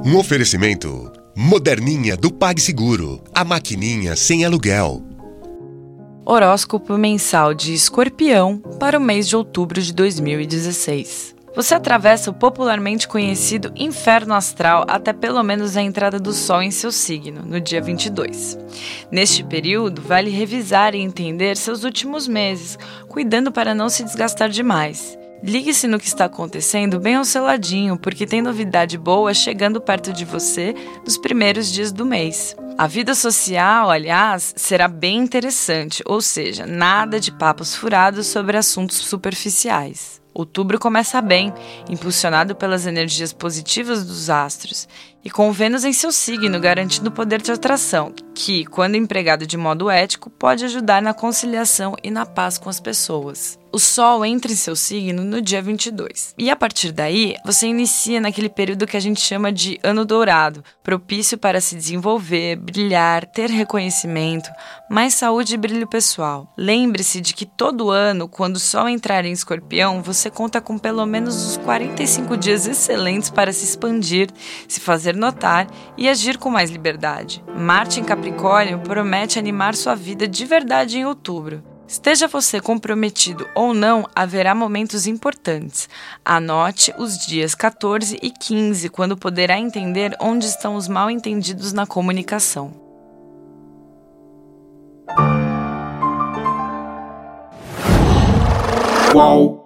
Um oferecimento moderninha do PagSeguro, a maquininha sem aluguel. Horóscopo mensal de Escorpião para o mês de outubro de 2016. Você atravessa o popularmente conhecido inferno astral até pelo menos a entrada do Sol em seu signo, no dia 22. Neste período, vale revisar e entender seus últimos meses, cuidando para não se desgastar demais. Ligue-se no que está acontecendo bem ao seu ladinho, porque tem novidade boa chegando perto de você nos primeiros dias do mês. A vida social, aliás, será bem interessante, ou seja, nada de papos furados sobre assuntos superficiais. Outubro começa bem, impulsionado pelas energias positivas dos astros, e com Vênus em seu signo garantindo o poder de atração, que, quando empregado de modo ético, pode ajudar na conciliação e na paz com as pessoas. O Sol entra em seu signo no dia 22. E a partir daí, você inicia naquele período que a gente chama de Ano Dourado, propício para se desenvolver, brilhar, ter reconhecimento, mais saúde e brilho pessoal. Lembre-se de que todo ano, quando o Sol entrar em Escorpião, você conta com pelo menos os 45 dias excelentes para se expandir, se fazer notar e agir com mais liberdade. Marte em Capricórnio promete animar sua vida de verdade em outubro. Esteja você comprometido ou não, haverá momentos importantes. Anote os dias 14 e 15, quando poderá entender onde estão os mal-entendidos na comunicação. Qual?